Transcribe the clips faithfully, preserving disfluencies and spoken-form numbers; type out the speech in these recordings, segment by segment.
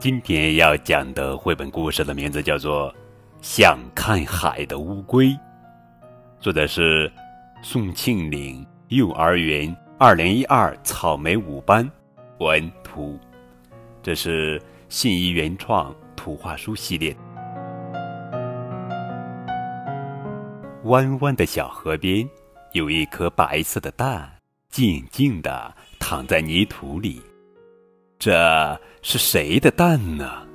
今天要讲的绘本故事的名字叫做《想看海的乌龟》，作者是宋庆龄，幼儿园二零一二草莓五班，文图。这是信宜原创图画书系列。弯弯的小河边，有一颗白色的蛋，静静地躺在泥土里。这是谁的蛋呢？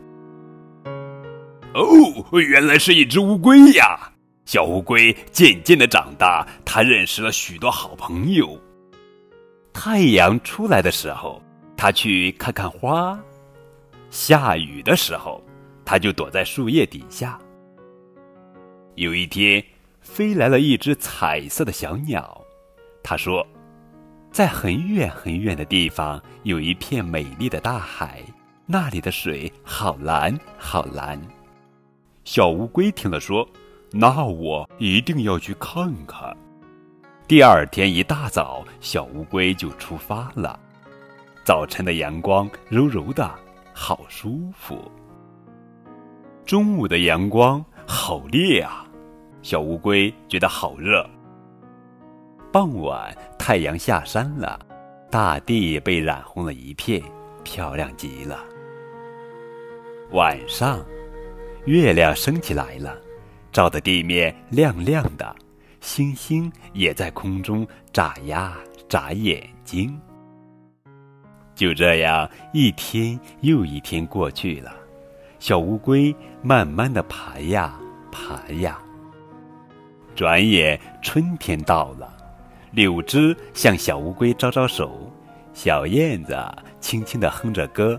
哦，原来是一只乌龟呀！小乌龟渐渐地长大，它认识了许多好朋友。太阳出来的时候，它去看看花；下雨的时候，它就躲在树叶底下。有一天，飞来了一只彩色的小鸟，它说，在很远很远的地方，有一片美丽的大海，那里的水好蓝好蓝。小乌龟听了说，那我一定要去看看。第二天一大早，小乌龟就出发了。早晨的阳光柔柔的，好舒服。中午的阳光好烈啊，小乌龟觉得好热。傍晚，太阳下山了，大地被染红了一片，漂亮极了。晚上，月亮升起来了，照得地面亮亮的，星星也在空中眨呀眨眼睛。就这样，一天又一天过去了，小乌龟慢慢地爬呀爬呀。转眼春天到了，柳枝向小乌龟招招手，小燕子轻轻地哼着歌。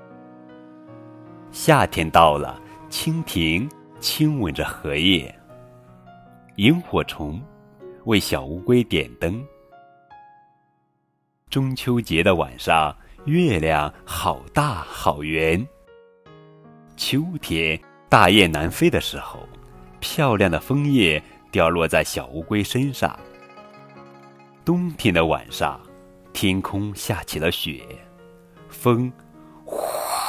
夏天到了，蜻蜓亲吻着荷叶，萤火虫为小乌龟点灯。中秋节的晚上，月亮好大好圆。秋天大雁南飞的时候，漂亮的枫叶掉落在小乌龟身上。冬天的晚上，天空下起了雪，风呼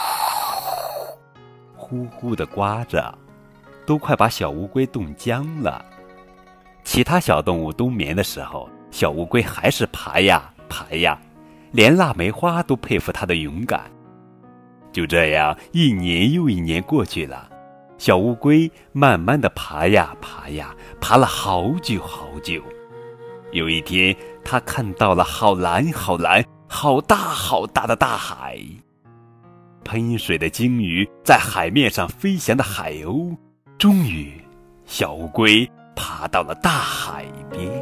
呼呼地刮着，都快把小乌龟冻僵了。其他小动物冬眠的时候，小乌龟还是爬呀爬呀，连腊梅花都佩服它的勇敢。就这样，一年又一年过去了，小乌龟慢慢地爬呀爬呀，爬了好久好久。有一天，他看到了好蓝好蓝好大好大的大海，喷水的鲸鱼，在海面上飞翔的海鸥。终于，小乌龟爬到了大海边。